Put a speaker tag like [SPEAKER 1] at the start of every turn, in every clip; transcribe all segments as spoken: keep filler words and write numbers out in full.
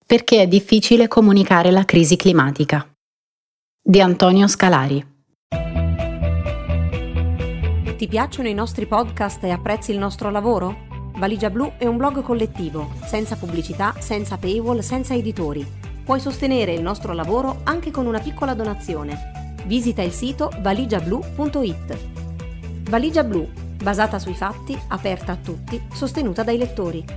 [SPEAKER 1] Perché è difficile comunicare la crisi climatica. Di Antonio Scalari.
[SPEAKER 2] Ti piacciono i nostri podcast e apprezzi il nostro lavoro? Valigia Blu è un blog collettivo, senza pubblicità, senza paywall, senza editori. Puoi sostenere il nostro lavoro anche con una piccola donazione. Visita il sito valigia blu punto it. Valigia Blu, basata sui fatti, aperta a tutti, sostenuta dai lettori.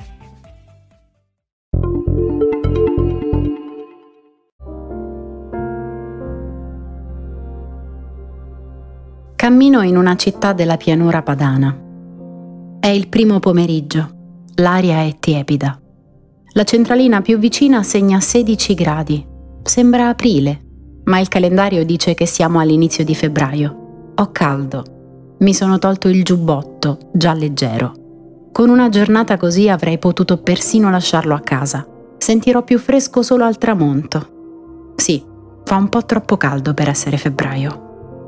[SPEAKER 1] Cammino in una città della pianura padana. È il primo pomeriggio, l'aria è tiepida. La centralina più vicina segna sedici gradi. Sembra aprile, ma il calendario dice che siamo all'inizio di febbraio. Ho caldo. Mi sono tolto il giubbotto, già leggero. Con una giornata così avrei potuto persino lasciarlo a casa. Sentirò più fresco solo al tramonto. Sì, fa un po' troppo caldo per essere febbraio.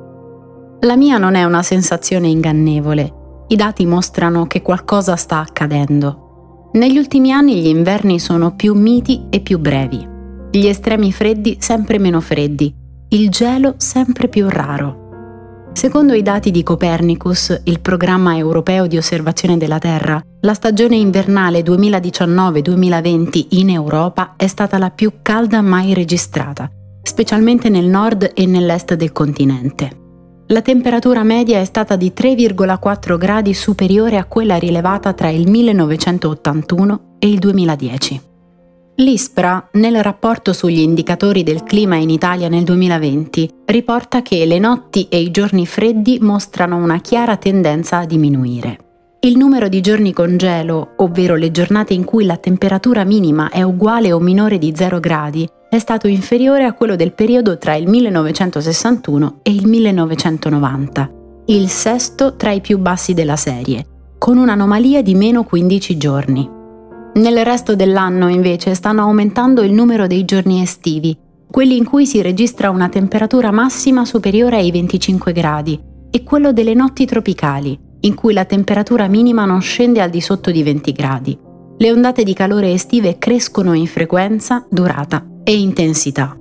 [SPEAKER 1] La mia non è una sensazione ingannevole. I dati mostrano che qualcosa sta accadendo. Negli ultimi anni gli inverni sono più miti e più brevi. Gli estremi freddi sempre meno freddi. Il gelo sempre più raro. Secondo i dati di Copernicus, il programma europeo di osservazione della Terra, la stagione invernale duemiladiciannove duemilaventi in Europa è stata la più calda mai registrata, specialmente nel nord e nell'est del continente. La temperatura media è stata di tre virgola quattro gradi superiore a quella rilevata tra il millenovecentottantuno e il duemiladieci. L'ISPRA, nel rapporto sugli indicatori del clima in Italia nel duemilaventi, riporta che le notti e i giorni freddi mostrano una chiara tendenza a diminuire. Il numero di giorni con gelo, ovvero le giornate in cui la temperatura minima è uguale o minore di zero gradi, è stato inferiore a quello del periodo tra il millenovecentosessantuno e il millenovecentonovanta, il sesto tra i più bassi della serie, con un'anomalia di meno quindici giorni. Nel resto dell'anno, invece, stanno aumentando il numero dei giorni estivi, quelli in cui si registra una temperatura massima superiore ai venticinque gradi, e quello delle notti tropicali, in cui la temperatura minima non scende al di sotto di venti gradi. Le ondate di calore estive crescono in frequenza, durata e intensità.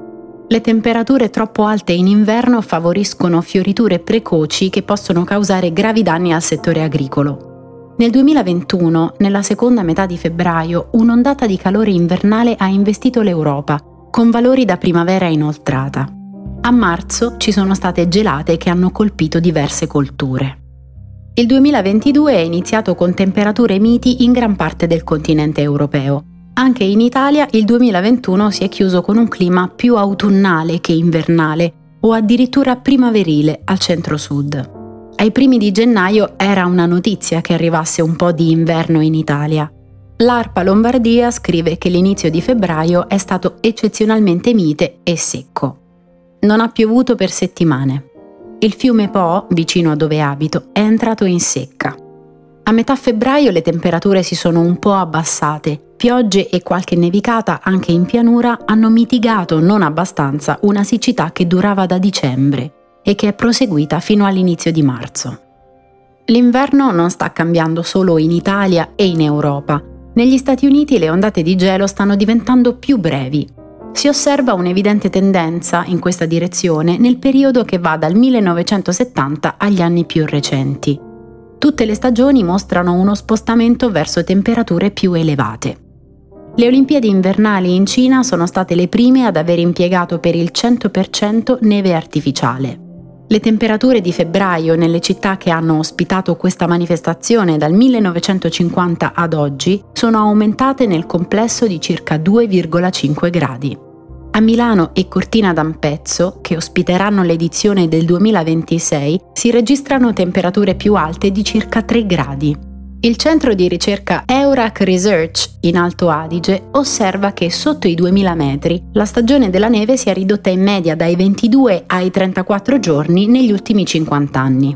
[SPEAKER 1] Le temperature troppo alte in inverno favoriscono fioriture precoci che possono causare gravi danni al settore agricolo. Nel duemilaventuno, nella seconda metà di febbraio, un'ondata di calore invernale ha investito l'Europa, con valori da primavera inoltrata. A marzo ci sono state gelate che hanno colpito diverse colture. Il duemilaventidue è iniziato con temperature miti in gran parte del continente europeo. Anche in Italia il duemilaventuno si è chiuso con un clima più autunnale che invernale, o addirittura primaverile al centro-sud. Ai primi di gennaio era una notizia che arrivasse un po' di inverno in Italia. L'ARPA Lombardia scrive che l'inizio di febbraio è stato eccezionalmente mite e secco. Non ha piovuto per settimane. Il fiume Po, vicino a dove abito, è entrato in secca. A metà febbraio le temperature si sono un po' abbassate. Piogge e qualche nevicata anche in pianura hanno mitigato non abbastanza una siccità che durava da dicembre e che è proseguita fino all'inizio di marzo. L'inverno non sta cambiando solo in Italia e in Europa. Negli Stati Uniti le ondate di gelo stanno diventando più brevi. Si osserva un'evidente tendenza in questa direzione nel periodo che va dal millenovecentosettanta agli anni più recenti. Tutte le stagioni mostrano uno spostamento verso temperature più elevate. Le Olimpiadi invernali in Cina sono state le prime ad aver impiegato per il cento per cento neve artificiale. Le temperature di febbraio nelle città che hanno ospitato questa manifestazione dal millenovecentocinquanta ad oggi sono aumentate nel complesso di circa due virgola cinque gradi. A Milano e Cortina d'Ampezzo, che ospiteranno l'edizione del duemilaventisei, si registrano temperature più alte di circa tre gradi. Il centro di ricerca Eurac Research in Alto Adige osserva che sotto i duemila metri la stagione della neve si è ridotta in media dai ventidue ai trentaquattro giorni negli ultimi cinquanta anni.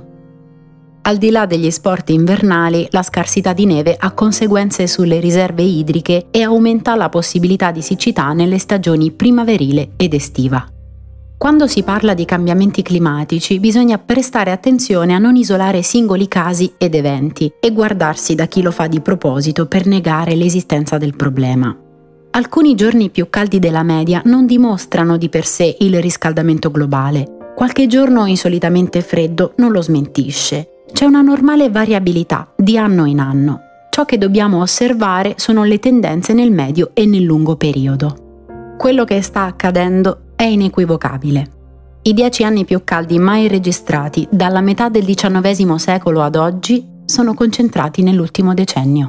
[SPEAKER 1] Al di là degli sport invernali, la scarsità di neve ha conseguenze sulle riserve idriche e aumenta la possibilità di siccità nelle stagioni primaverile ed estiva. Quando si parla di cambiamenti climatici, bisogna prestare attenzione a non isolare singoli casi ed eventi e guardarsi da chi lo fa di proposito per negare l'esistenza del problema. Alcuni giorni più caldi della media non dimostrano di per sé il riscaldamento globale. Qualche giorno insolitamente freddo non lo smentisce. C'è una normale variabilità di anno in anno. Ciò che dobbiamo osservare sono le tendenze nel medio e nel lungo periodo. Quello che sta accadendo è inequivocabile. I dieci anni più caldi mai registrati dalla metà del diciannovesimo secolo ad oggi sono concentrati nell'ultimo decennio.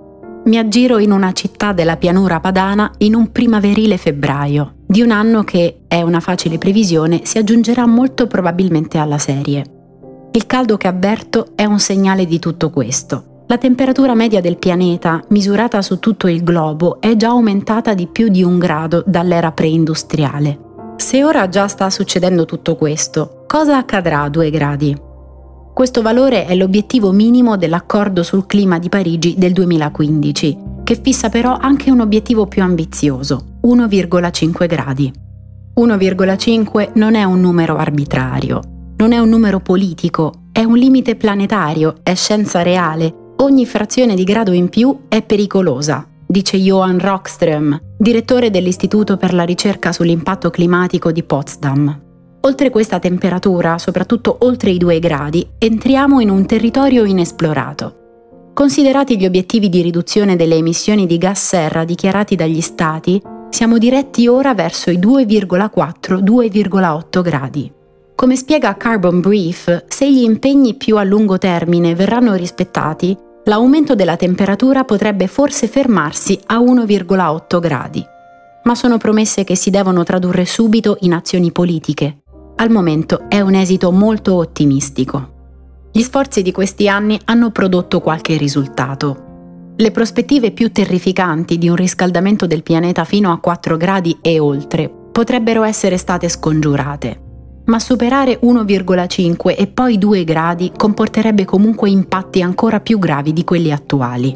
[SPEAKER 1] Mi aggiro in una città della pianura padana in un primaverile febbraio, di un anno che, è una facile previsione, si aggiungerà molto probabilmente alla serie. Il caldo che avverto è un segnale di tutto questo. La temperatura media del pianeta, misurata su tutto il globo, è già aumentata di più di un grado dall'era preindustriale. Se ora già sta succedendo tutto questo, cosa accadrà a due gradi? Questo valore è l'obiettivo minimo dell'Accordo sul clima di Parigi del duemilaquindici, che fissa però anche un obiettivo più ambizioso, uno virgola cinque gradi. uno virgola cinque non è un numero arbitrario, non è un numero politico, è un limite planetario, è scienza reale. Ogni frazione di grado in più è pericolosa, dice Johan Rockström, direttore dell'Istituto per la ricerca sull'impatto climatico di Potsdam. Oltre questa temperatura, soprattutto oltre i due gradi, entriamo in un territorio inesplorato. Considerati gli obiettivi di riduzione delle emissioni di gas serra dichiarati dagli Stati, siamo diretti ora verso i due virgola quattro due virgola otto gradi. Come spiega Carbon Brief, se gli impegni più a lungo termine verranno rispettati, l'aumento della temperatura potrebbe forse fermarsi a uno virgola otto gradi. Ma sono promesse che si devono tradurre subito in azioni politiche. Al momento è un esito molto ottimistico. Gli sforzi di questi anni hanno prodotto qualche risultato. Le prospettive più terrificanti di un riscaldamento del pianeta fino a quattro gradi e oltre potrebbero essere state scongiurate, ma superare uno virgola cinque e poi due gradi comporterebbe comunque impatti ancora più gravi di quelli attuali.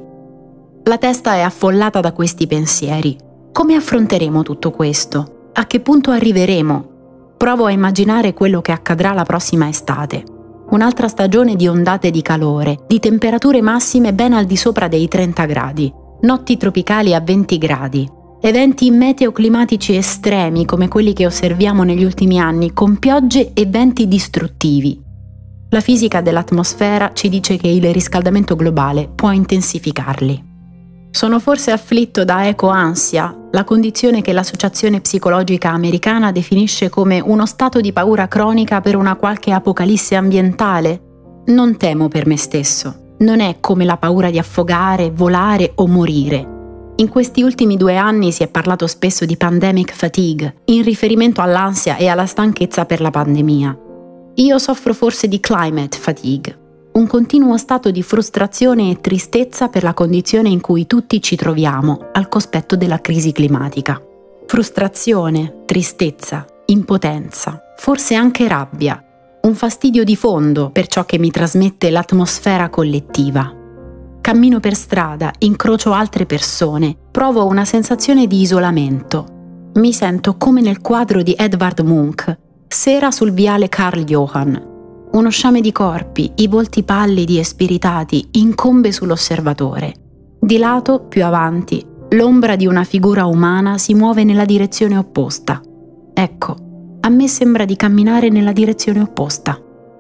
[SPEAKER 1] La testa è affollata da questi pensieri. Come affronteremo tutto questo? A che punto arriveremo? Provo a immaginare quello che accadrà la prossima estate. Un'altra stagione di ondate di calore, di temperature massime ben al di sopra dei trenta gradi, notti tropicali a venti gradi, eventi meteoclimatici estremi come quelli che osserviamo negli ultimi anni, con piogge e venti distruttivi. La fisica dell'atmosfera ci dice che il riscaldamento globale può intensificarli. Sono forse afflitto da ecoansia, la condizione che l'Associazione Psicologica Americana definisce come uno stato di paura cronica per una qualche apocalisse ambientale? Non temo per me stesso. Non è come la paura di affogare, volare o morire. In questi ultimi due anni si è parlato spesso di pandemic fatigue, in riferimento all'ansia e alla stanchezza per la pandemia. Io soffro forse di climate fatigue. Un continuo stato di frustrazione e tristezza per la condizione in cui tutti ci troviamo al cospetto della crisi climatica. Frustrazione, tristezza, impotenza, forse anche rabbia, un fastidio di fondo per ciò che mi trasmette l'atmosfera collettiva. Cammino per strada, incrocio altre persone, provo una sensazione di isolamento. Mi sento come nel quadro di Edvard Munch, Sera sul viale Karl Johann. Uno sciame di corpi, i volti pallidi e spiritati, incombe sull'osservatore. Di lato, più avanti, l'ombra di una figura umana si muove nella direzione opposta. Ecco, a me sembra di camminare nella direzione opposta.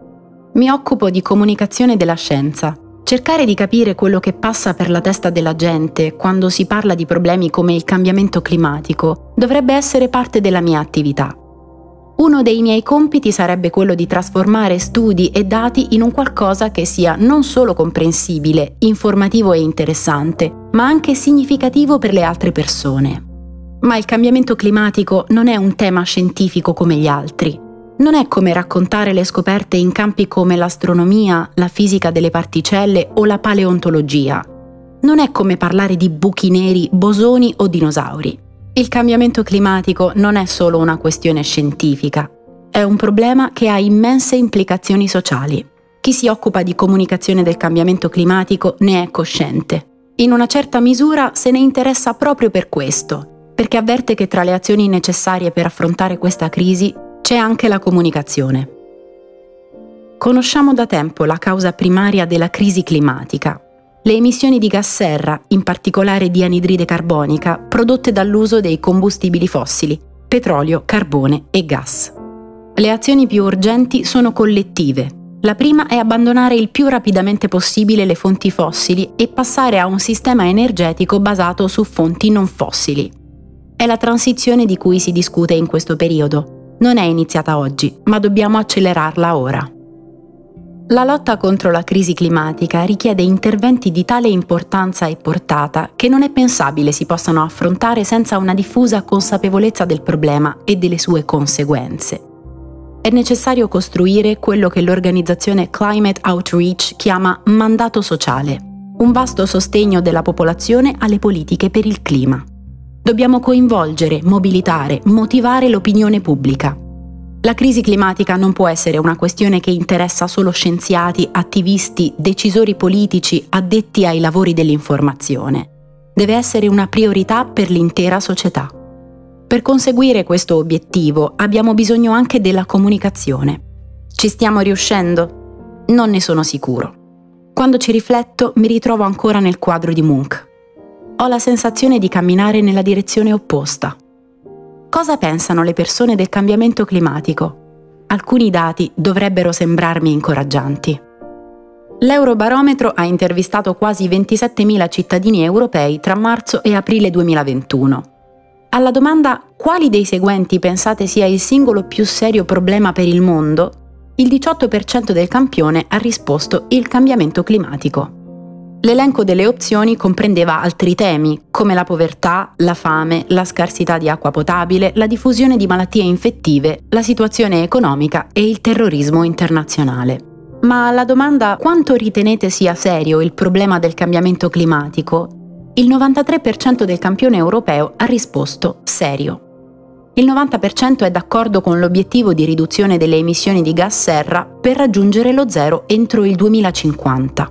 [SPEAKER 1] Mi occupo di comunicazione della scienza. Cercare di capire quello che passa per la testa della gente quando si parla di problemi come il cambiamento climatico dovrebbe essere parte della mia attività. Uno dei miei compiti sarebbe quello di trasformare studi e dati in un qualcosa che sia non solo comprensibile, informativo e interessante, ma anche significativo per le altre persone. Ma il cambiamento climatico non è un tema scientifico come gli altri. Non è come raccontare le scoperte in campi come l'astronomia, la fisica delle particelle o la paleontologia. Non è come parlare di buchi neri, bosoni o dinosauri. Il cambiamento climatico non è solo una questione scientifica, è un problema che ha immense implicazioni sociali. Chi si occupa di comunicazione del cambiamento climatico ne è cosciente. In una certa misura se ne interessa proprio per questo, perché avverte che tra le azioni necessarie per affrontare questa crisi c'è anche la comunicazione. Conosciamo da tempo la causa primaria della crisi climatica. le emissioni di gas serra, in particolare di anidride carbonica, prodotte dall'uso dei combustibili fossili, petrolio, carbone e gas. Le azioni più urgenti sono collettive. La prima è abbandonare il più rapidamente possibile le fonti fossili e passare a un sistema energetico basato su fonti non fossili. È la transizione di cui si discute in questo periodo. Non è iniziata oggi, ma dobbiamo accelerarla ora. La lotta contro la crisi climatica richiede interventi di tale importanza e portata che non è pensabile si possano affrontare senza una diffusa consapevolezza del problema e delle sue conseguenze. È necessario costruire quello che l'organizzazione Climate Outreach chiama mandato sociale, un vasto sostegno della popolazione alle politiche per il clima. Dobbiamo coinvolgere, mobilitare, motivare l'opinione pubblica. La crisi climatica non può essere una questione che interessa solo scienziati, attivisti, decisori politici, addetti ai lavori dell'informazione. Deve essere una priorità per l'intera società. Per conseguire questo obiettivo abbiamo bisogno anche della comunicazione. Ci stiamo riuscendo? Non ne sono sicuro. Quando ci rifletto mi ritrovo ancora nel quadro di Munch. Ho la sensazione di camminare nella direzione opposta. Cosa pensano le persone del cambiamento climatico? Alcuni dati dovrebbero sembrarmi incoraggianti. L'Eurobarometro ha intervistato quasi ventisettemila cittadini europei tra marzo e aprile duemilaventuno. Alla domanda «Quali dei seguenti pensate sia il singolo più serio problema per il mondo?», il diciotto per cento del campione ha risposto il cambiamento climatico. L'elenco delle opzioni comprendeva altri temi, come la povertà, la fame, la scarsità di acqua potabile, la diffusione di malattie infettive, la situazione economica e il terrorismo internazionale. Ma alla domanda «Quanto ritenete sia serio il problema del cambiamento climatico?», il novantatré per cento del campione europeo ha risposto serio. Il novanta per cento è d'accordo con l'obiettivo di riduzione delle emissioni di gas serra per raggiungere lo zero entro il duemilacinquanta.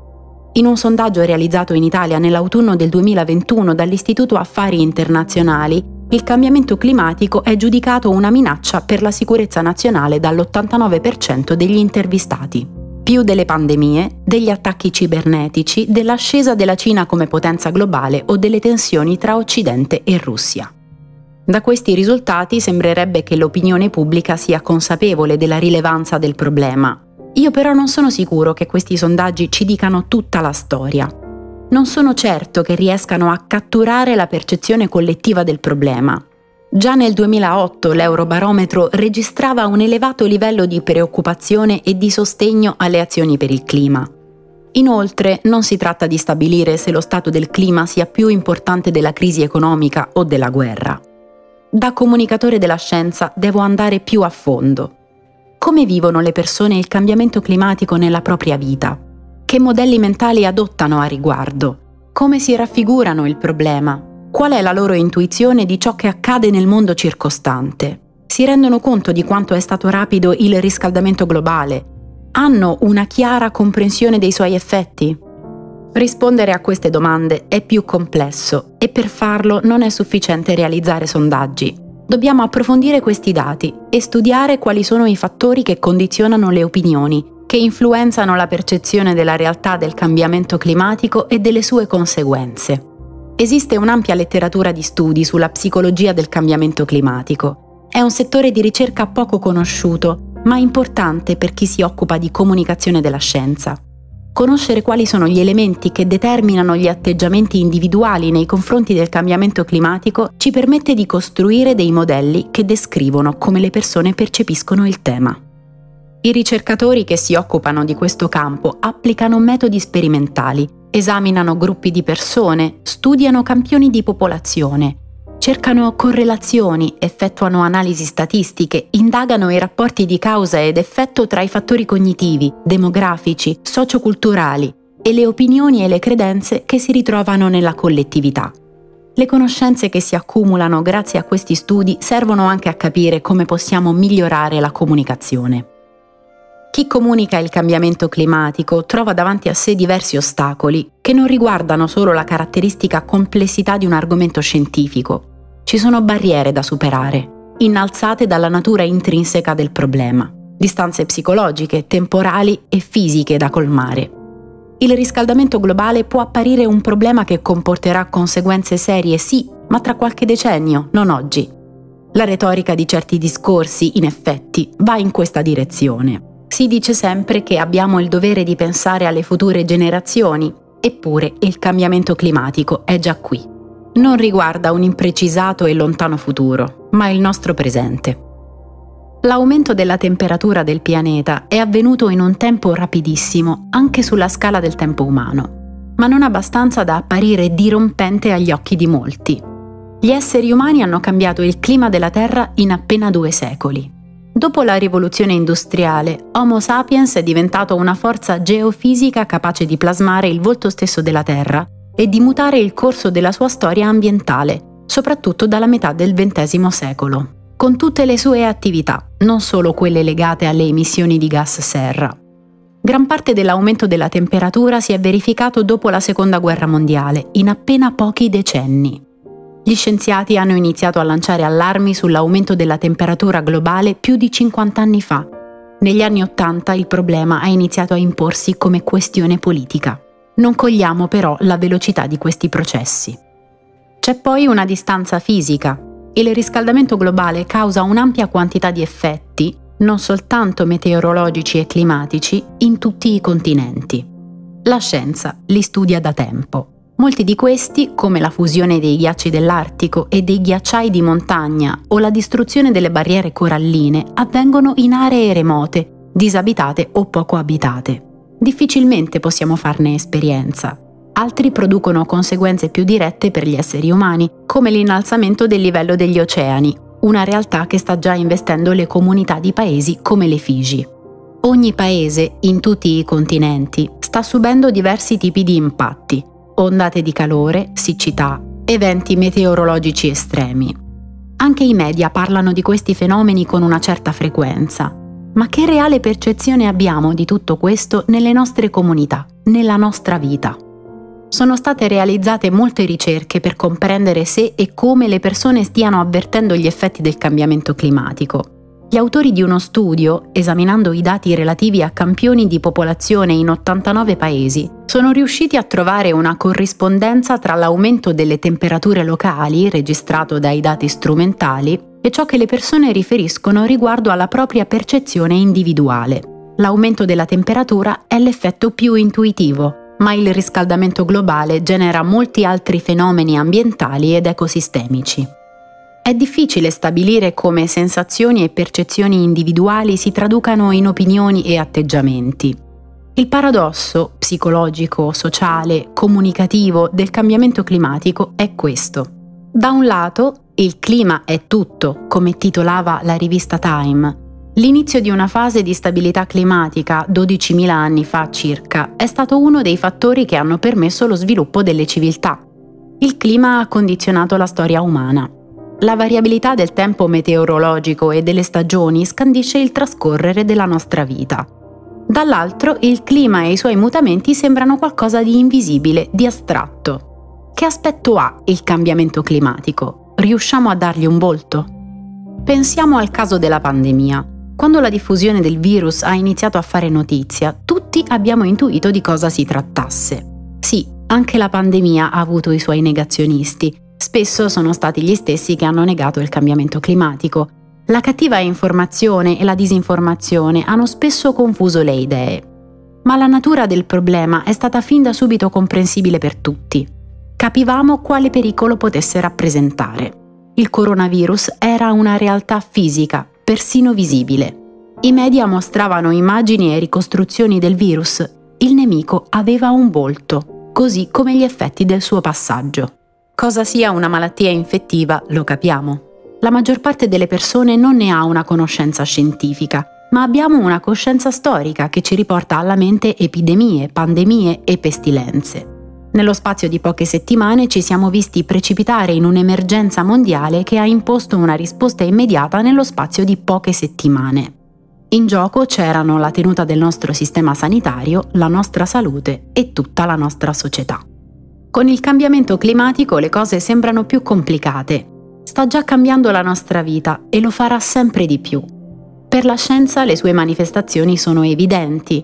[SPEAKER 1] In un sondaggio realizzato in Italia nell'autunno del duemilaventuno dall'Istituto Affari Internazionali, il cambiamento climatico è giudicato una minaccia per la sicurezza nazionale dall'ottantanove per cento degli intervistati. Più delle pandemie, degli attacchi cibernetici, dell'ascesa della Cina come potenza globale o delle tensioni tra Occidente e Russia. Da questi risultati sembrerebbe che l'opinione pubblica sia consapevole della rilevanza del problema. Io però non sono sicuro che questi sondaggi ci dicano tutta la storia. Non sono certo che riescano a catturare la percezione collettiva del problema. Già nel duemilaotto l'Eurobarometro registrava un elevato livello di preoccupazione e di sostegno alle azioni per il clima. Inoltre, non si tratta di stabilire se lo stato del clima sia più importante della crisi economica o della guerra. Da comunicatore della scienza devo andare più a fondo. Come vivono le persone il cambiamento climatico nella propria vita? Che modelli mentali adottano a riguardo? Come si raffigurano il problema? Qual è la loro intuizione di ciò che accade nel mondo circostante? Si rendono conto di quanto è stato rapido il riscaldamento globale? Hanno una chiara comprensione dei suoi effetti? Rispondere a queste domande è più complesso e per farlo non è sufficiente realizzare sondaggi. Dobbiamo approfondire questi dati e studiare quali sono i fattori che condizionano le opinioni, che influenzano la percezione della realtà del cambiamento climatico e delle sue conseguenze. Esiste un'ampia letteratura di studi sulla psicologia del cambiamento climatico. È un settore di ricerca poco conosciuto, ma importante per chi si occupa di comunicazione della scienza. Conoscere quali sono gli elementi che determinano gli atteggiamenti individuali nei confronti del cambiamento climatico ci permette di costruire dei modelli che descrivono come le persone percepiscono il tema. I ricercatori che si occupano di questo campo applicano metodi sperimentali, esaminano gruppi di persone, studiano campioni di popolazione, cercano correlazioni, effettuano analisi statistiche, indagano i rapporti di causa ed effetto tra i fattori cognitivi, demografici, socioculturali e le opinioni e le credenze che si ritrovano nella collettività. Le conoscenze che si accumulano grazie a questi studi servono anche a capire come possiamo migliorare la comunicazione. Chi comunica il cambiamento climatico trova davanti a sé diversi ostacoli che non riguardano solo la caratteristica complessità di un argomento scientifico. Ci sono barriere da superare, innalzate dalla natura intrinseca del problema, distanze psicologiche, temporali e fisiche da colmare. Il riscaldamento globale può apparire un problema che comporterà conseguenze serie, sì, ma tra qualche decennio, non oggi. La retorica di certi discorsi, in effetti, va in questa direzione. Si dice sempre che abbiamo il dovere di pensare alle future generazioni, eppure il cambiamento climatico è già qui. Non riguarda un imprecisato e lontano futuro, ma il nostro presente. L'aumento della temperatura del pianeta è avvenuto in un tempo rapidissimo anche sulla scala del tempo umano, ma non abbastanza da apparire dirompente agli occhi di molti. Gli esseri umani hanno cambiato il clima della Terra in appena due secoli. Dopo la rivoluzione industriale, Homo sapiens è diventato una forza geofisica capace di plasmare il volto stesso della Terra e di mutare il corso della sua storia ambientale, soprattutto dalla metà del ventesimo secolo. Con tutte le sue attività, non solo quelle legate alle emissioni di gas serra. Gran parte dell'aumento della temperatura si è verificato dopo la Seconda Guerra Mondiale, in appena pochi decenni. Gli scienziati hanno iniziato a lanciare allarmi sull'aumento della temperatura globale più di cinquanta anni fa. Negli anni Ottanta il problema ha iniziato a imporsi come questione politica. Non cogliamo però la velocità di questi processi. C'è poi una distanza fisica. Il riscaldamento globale causa un'ampia quantità di effetti, non soltanto meteorologici e climatici, in tutti i continenti. La scienza li studia da tempo. Molti di questi, come la fusione dei ghiacci dell'Artico e dei ghiacciai di montagna o la distruzione delle barriere coralline, avvengono in aree remote, disabitate o poco abitate. Difficilmente possiamo farne esperienza. Altri producono conseguenze più dirette per gli esseri umani, come l'innalzamento del livello degli oceani, una realtà che sta già investendo le comunità di paesi come le Figi. Ogni paese, in tutti i continenti, sta subendo diversi tipi di impatti: ondate di calore, siccità, eventi meteorologici estremi. Anche i media parlano di questi fenomeni con una certa frequenza. Ma che reale percezione abbiamo di tutto questo nelle nostre comunità, nella nostra vita? Sono state realizzate molte ricerche per comprendere se e come le persone stiano avvertendo gli effetti del cambiamento climatico. Gli autori di uno studio, esaminando i dati relativi a campioni di popolazione in ottantanove paesi, sono riusciti a trovare una corrispondenza tra l'aumento delle temperature locali, registrato dai dati strumentali, e ciò che le persone riferiscono riguardo alla propria percezione individuale. L'aumento della temperatura è l'effetto più intuitivo, ma il riscaldamento globale genera molti altri fenomeni ambientali ed ecosistemici. È difficile stabilire come sensazioni e percezioni individuali si traducano in opinioni e atteggiamenti. Il paradosso psicologico, sociale, comunicativo del cambiamento climatico è questo. Da un lato, il clima è tutto, come titolava la rivista Time. L'inizio di una fase di stabilità climatica, dodicimila anni fa circa, è stato uno dei fattori che hanno permesso lo sviluppo delle civiltà. Il clima ha condizionato la storia umana. La variabilità del tempo meteorologico e delle stagioni scandisce il trascorrere della nostra vita. Dall'altro, il clima e i suoi mutamenti sembrano qualcosa di invisibile, di astratto. Che aspetto ha il cambiamento climatico? Riusciamo a dargli un volto? Pensiamo al caso della pandemia. Quando la diffusione del virus ha iniziato a fare notizia, tutti abbiamo intuito di cosa si trattasse. Sì, anche la pandemia ha avuto i suoi negazionisti. Spesso sono stati gli stessi che hanno negato il cambiamento climatico. La cattiva informazione e la disinformazione hanno spesso confuso le idee. Ma la natura del problema è stata fin da subito comprensibile per tutti. Capivamo quale pericolo potesse rappresentare. Il coronavirus era una realtà fisica, persino visibile. I media mostravano immagini e ricostruzioni del virus. Il nemico aveva un volto, così come gli effetti del suo passaggio. Cosa sia una malattia infettiva lo capiamo. La maggior parte delle persone non ne ha una conoscenza scientifica, ma abbiamo una coscienza storica che ci riporta alla mente epidemie, pandemie e pestilenze. Nello spazio di poche settimane ci siamo visti precipitare in un'emergenza mondiale che ha imposto una risposta immediata nello spazio di poche settimane. In gioco c'erano la tenuta del nostro sistema sanitario, la nostra salute e tutta la nostra società. Con il cambiamento climatico le cose sembrano più complicate. Sta già cambiando la nostra vita e lo farà sempre di più. Per la scienza le sue manifestazioni sono evidenti.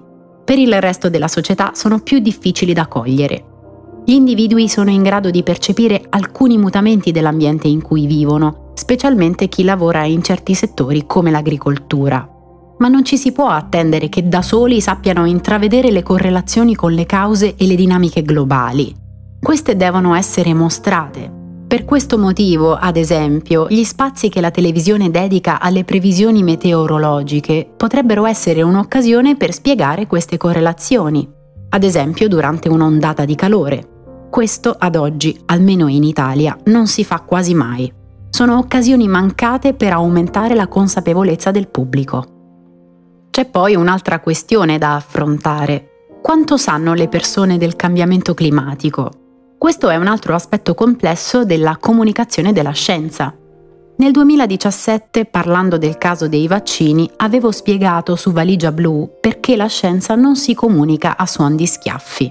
[SPEAKER 1] Per il resto della società sono più difficili da cogliere. Gli individui sono in grado di percepire alcuni mutamenti dell'ambiente in cui vivono, specialmente chi lavora in certi settori come l'agricoltura. Ma non ci si può attendere che da soli sappiano intravedere le correlazioni con le cause e le dinamiche globali. Queste devono essere mostrate. Per questo motivo, ad esempio, gli spazi che la televisione dedica alle previsioni meteorologiche potrebbero essere un'occasione per spiegare queste correlazioni, ad esempio durante un'ondata di calore. Questo ad oggi, almeno in Italia, non si fa quasi mai. Sono occasioni mancate per aumentare la consapevolezza del pubblico. C'è poi un'altra questione da affrontare. Quanto sanno le persone del cambiamento climatico? Questo è un altro aspetto complesso della comunicazione della scienza. Nel duemiladiciassette, parlando del caso dei vaccini, avevo spiegato su Valigia Blu perché la scienza non si comunica a suon di schiaffi.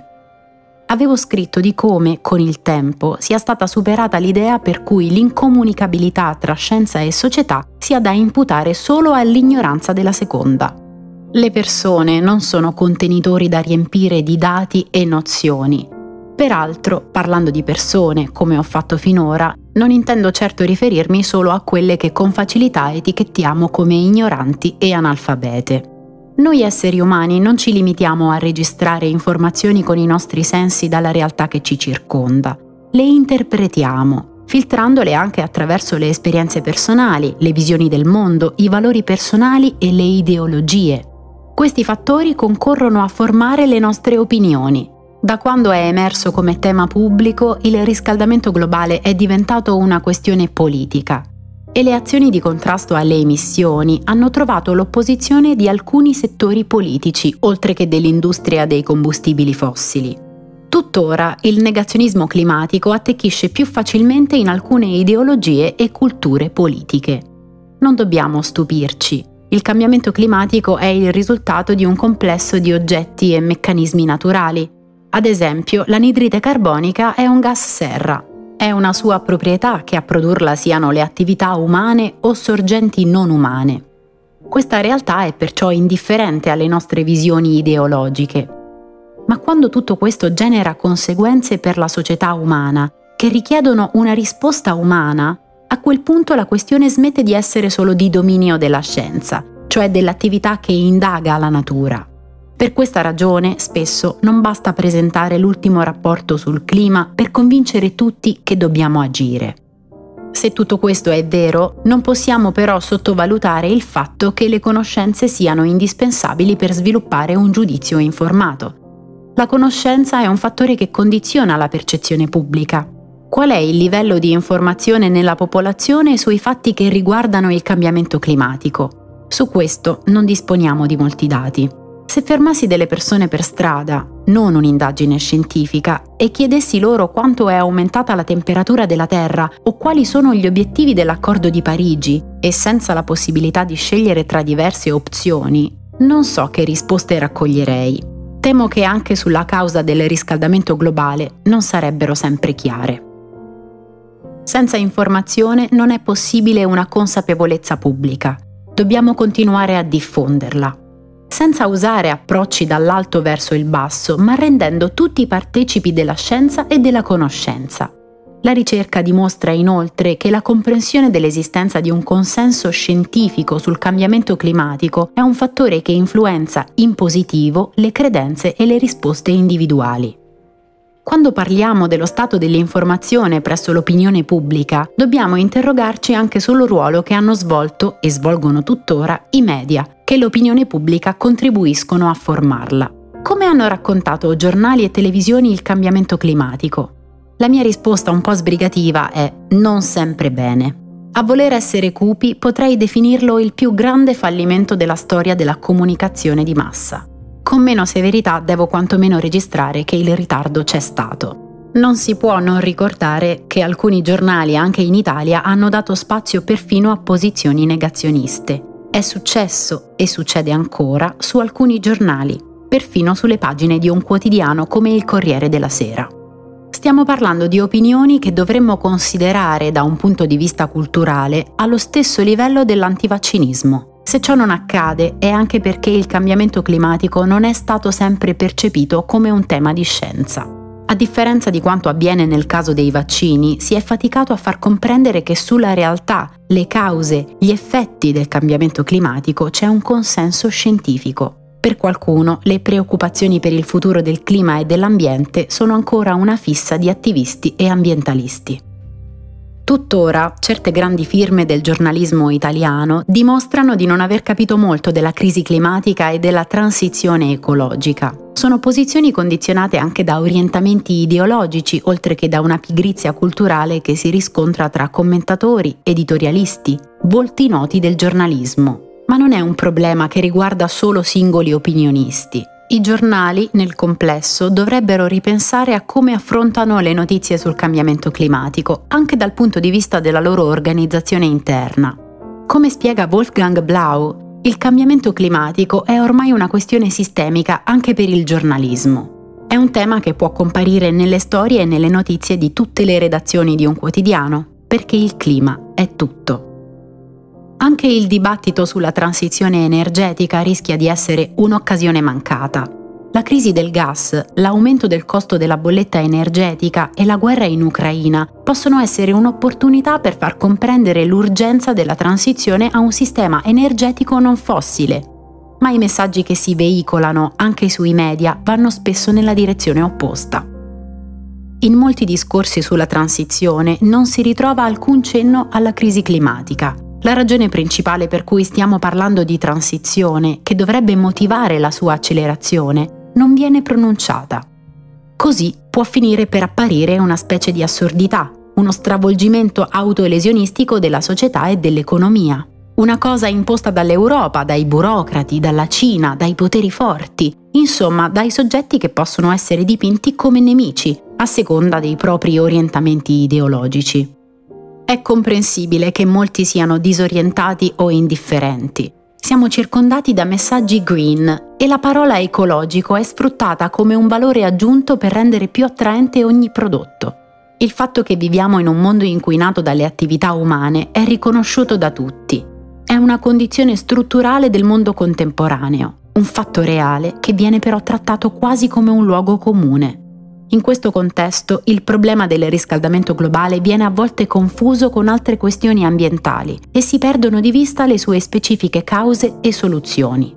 [SPEAKER 1] Avevo scritto di come, con il tempo, sia stata superata l'idea per cui l'incomunicabilità tra scienza e società sia da imputare solo all'ignoranza della seconda. Le persone non sono contenitori da riempire di dati e nozioni. Peraltro, parlando di persone, come ho fatto finora, non intendo certo riferirmi solo a quelle che con facilità etichettiamo come ignoranti e analfabete. Noi esseri umani non ci limitiamo a registrare informazioni con i nostri sensi dalla realtà che ci circonda. Le interpretiamo, filtrandole anche attraverso le esperienze personali, le visioni del mondo, i valori personali e le ideologie. Questi fattori concorrono a formare le nostre opinioni. Da quando è emerso come tema pubblico, il riscaldamento globale è diventato una questione politica e le azioni di contrasto alle emissioni hanno trovato l'opposizione di alcuni settori politici, oltre che dell'industria dei combustibili fossili. Tuttora il negazionismo climatico attecchisce più facilmente in alcune ideologie e culture politiche. Non dobbiamo stupirci. Il cambiamento climatico è il risultato di un complesso di oggetti e meccanismi naturali. Ad esempio, l'anidride carbonica è un gas serra. È una sua proprietà che a produrla siano le attività umane o sorgenti non umane. Questa realtà è perciò indifferente alle nostre visioni ideologiche. Ma quando tutto questo genera conseguenze per la società umana, che richiedono una risposta umana, a quel punto la questione smette di essere solo di dominio della scienza, cioè dell'attività che indaga la natura. Per questa ragione, spesso non basta presentare l'ultimo rapporto sul clima per convincere tutti che dobbiamo agire. Se tutto questo è vero, non possiamo però sottovalutare il fatto che le conoscenze siano indispensabili per sviluppare un giudizio informato. La conoscenza è un fattore che condiziona la percezione pubblica. Qual è il livello di informazione nella popolazione sui fatti che riguardano il cambiamento climatico? Su questo non disponiamo di molti dati. Se fermassi delle persone per strada, non un'indagine scientifica, e chiedessi loro quanto è aumentata la temperatura della Terra o quali sono gli obiettivi dell'Accordo di Parigi, e senza la possibilità di scegliere tra diverse opzioni, non so che risposte raccoglierei. Temo che anche sulla causa del riscaldamento globale non sarebbero sempre chiare. Senza informazione non è possibile una consapevolezza pubblica. Dobbiamo continuare a diffonderla, senza usare approcci dall'alto verso il basso, ma rendendo tutti partecipi della scienza e della conoscenza. La ricerca dimostra inoltre che la comprensione dell'esistenza di un consenso scientifico sul cambiamento climatico è un fattore che influenza in positivo le credenze e le risposte individuali. Quando parliamo dello stato dell'informazione presso l'opinione pubblica, dobbiamo interrogarci anche sul ruolo che hanno svolto e svolgono tuttora i media, che l'opinione pubblica contribuiscono a formarla. Come hanno raccontato giornali e televisioni il cambiamento climatico? La mia risposta un po' sbrigativa è non sempre bene. A voler essere cupi, potrei definirlo il più grande fallimento della storia della comunicazione di massa. Con meno severità devo quantomeno registrare che il ritardo c'è stato. Non si può non ricordare che alcuni giornali anche in Italia hanno dato spazio perfino a posizioni negazioniste. È successo e succede ancora su alcuni giornali, perfino sulle pagine di un quotidiano come il Corriere della Sera. Stiamo parlando di opinioni che dovremmo considerare da un punto di vista culturale allo stesso livello dell'antivaccinismo. Se ciò non accade è anche perché il cambiamento climatico non è stato sempre percepito come un tema di scienza. A differenza di quanto avviene nel caso dei vaccini, si è faticato a far comprendere che sulla realtà, le cause, gli effetti del cambiamento climatico c'è un consenso scientifico. Per qualcuno, le preoccupazioni per il futuro del clima e dell'ambiente sono ancora una fissa di attivisti e ambientalisti. Tuttora, certe grandi firme del giornalismo italiano dimostrano di non aver capito molto della crisi climatica e della transizione ecologica. Sono posizioni condizionate anche da orientamenti ideologici, oltre che da una pigrizia culturale che si riscontra tra commentatori, editorialisti, volti noti del giornalismo. Ma non è un problema che riguarda solo singoli opinionisti. I giornali, nel complesso, dovrebbero ripensare a come affrontano le notizie sul cambiamento climatico, anche dal punto di vista della loro organizzazione interna. Come spiega Wolfgang Blau, il cambiamento climatico è ormai una questione sistemica anche per il giornalismo. È un tema che può comparire nelle storie e nelle notizie di tutte le redazioni di un quotidiano, perché il clima è tutto. Anche il dibattito sulla transizione energetica rischia di essere un'occasione mancata. La crisi del gas, l'aumento del costo della bolletta energetica e la guerra in Ucraina possono essere un'opportunità per far comprendere l'urgenza della transizione a un sistema energetico non fossile. Ma i messaggi che si veicolano anche sui media vanno spesso nella direzione opposta. In molti discorsi sulla transizione non si ritrova alcun cenno alla crisi climatica. La ragione principale per cui stiamo parlando di transizione, che dovrebbe motivare la sua accelerazione, non viene pronunciata. Così può finire per apparire una specie di assurdità, uno stravolgimento autolesionistico della società e dell'economia. Una cosa imposta dall'Europa, dai burocrati, dalla Cina, dai poteri forti, insomma dai soggetti che possono essere dipinti come nemici, a seconda dei propri orientamenti ideologici. È comprensibile che molti siano disorientati o indifferenti. Siamo circondati da messaggi green e la parola ecologico è sfruttata come un valore aggiunto per rendere più attraente ogni prodotto. Il fatto che viviamo in un mondo inquinato dalle attività umane è riconosciuto da tutti. È una condizione strutturale del mondo contemporaneo, un fatto reale che viene però trattato quasi come un luogo comune. In questo contesto, il problema del riscaldamento globale viene a volte confuso con altre questioni ambientali e si perdono di vista le sue specifiche cause e soluzioni.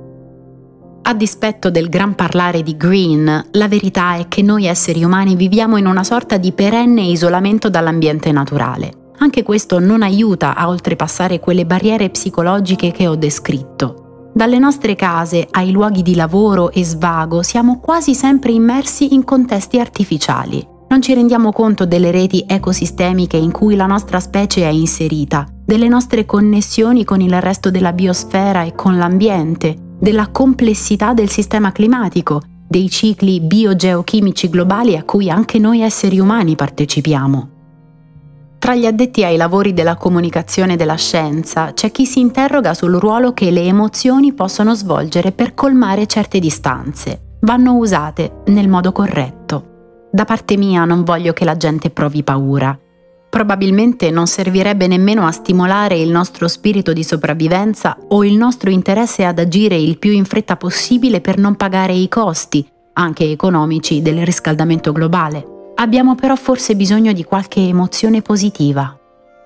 [SPEAKER 1] A dispetto del gran parlare di green, la verità è che noi esseri umani viviamo in una sorta di perenne isolamento dall'ambiente naturale. Anche questo non aiuta a oltrepassare quelle barriere psicologiche che ho descritto. Dalle nostre case ai luoghi di lavoro e svago siamo quasi sempre immersi in contesti artificiali. Non ci rendiamo conto delle reti ecosistemiche in cui la nostra specie è inserita, delle nostre connessioni con il resto della biosfera e con l'ambiente, della complessità del sistema climatico, dei cicli biogeochimici globali a cui anche noi esseri umani partecipiamo. Tra gli addetti ai lavori della comunicazione della scienza c'è chi si interroga sul ruolo che le emozioni possono svolgere per colmare certe distanze. Vanno usate nel modo corretto. Da parte mia non voglio che la gente provi paura. Probabilmente non servirebbe nemmeno a stimolare il nostro spirito di sopravvivenza o il nostro interesse ad agire il più in fretta possibile per non pagare i costi, anche economici, del riscaldamento globale. Abbiamo però forse bisogno di qualche emozione positiva.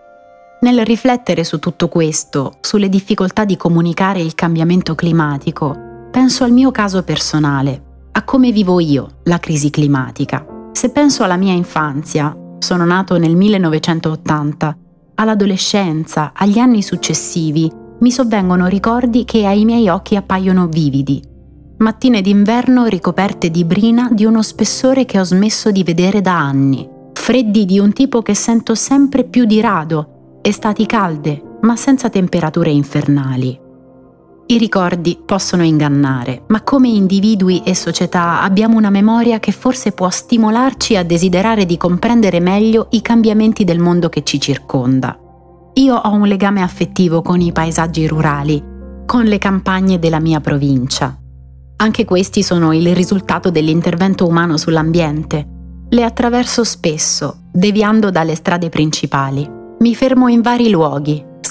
[SPEAKER 1] Nel riflettere su tutto questo, sulle difficoltà di comunicare il cambiamento climatico, penso al mio caso personale, a come vivo io la crisi climatica. Se penso alla mia infanzia, sono nato nel millenovecentottanta, all'adolescenza, agli anni successivi, mi sovvengono ricordi che ai miei occhi appaiono vividi. Mattine d'inverno ricoperte di brina di uno spessore che ho smesso di vedere da anni, freddi di un tipo che sento sempre più di rado, estati calde, ma senza temperature infernali. I ricordi possono ingannare, ma come individui e società abbiamo una memoria che forse può stimolarci a desiderare di comprendere meglio i cambiamenti del mondo che ci circonda. Io ho un legame affettivo con i paesaggi rurali, con le campagne della mia provincia. Anche questi sono il risultato dell'intervento umano sull'ambiente. Le attraverso spesso, deviando dalle strade principali. Mi fermo in vari luoghi,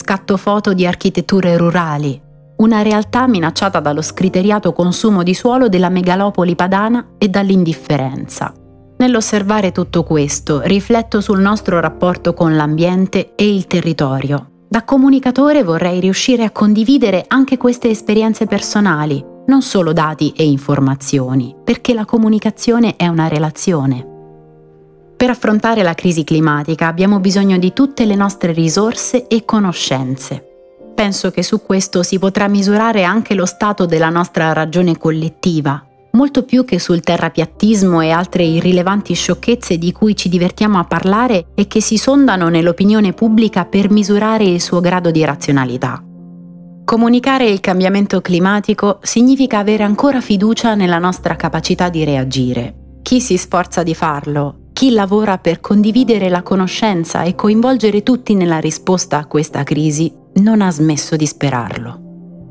[SPEAKER 1] scatto foto di architetture rurali, una realtà minacciata dallo scriteriato consumo di suolo della megalopoli padana e dall'indifferenza. Nell'osservare tutto questo, rifletto sul nostro rapporto con l'ambiente e il territorio. Da comunicatore vorrei riuscire a condividere anche queste esperienze personali, non solo dati e informazioni, perché la comunicazione è una relazione. Per affrontare la crisi climatica abbiamo bisogno di tutte le nostre risorse e conoscenze. Penso che su questo si potrà misurare anche lo stato della nostra ragione collettiva, molto più che sul terrapiattismo e altre irrilevanti sciocchezze di cui ci divertiamo a parlare e che si sondano nell'opinione pubblica per misurare il suo grado di razionalità. Comunicare il cambiamento climatico significa avere ancora fiducia nella nostra capacità di reagire. Chi si sforza di farlo, chi lavora per condividere la conoscenza e coinvolgere tutti nella risposta a questa crisi, non ha smesso di sperarlo.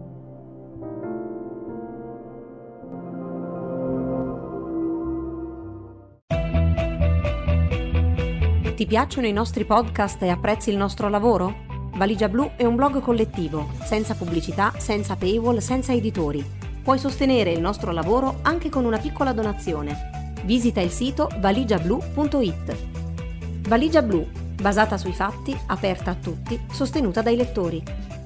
[SPEAKER 2] Ti piacciono i nostri podcast e apprezzi il nostro lavoro? Valigia Blu è un blog collettivo, senza pubblicità, senza paywall, senza editori. Puoi sostenere il nostro lavoro anche con una piccola donazione. Visita il sito valigia blu punto it. Valigia Blu, basata sui fatti, aperta a tutti, sostenuta dai lettori.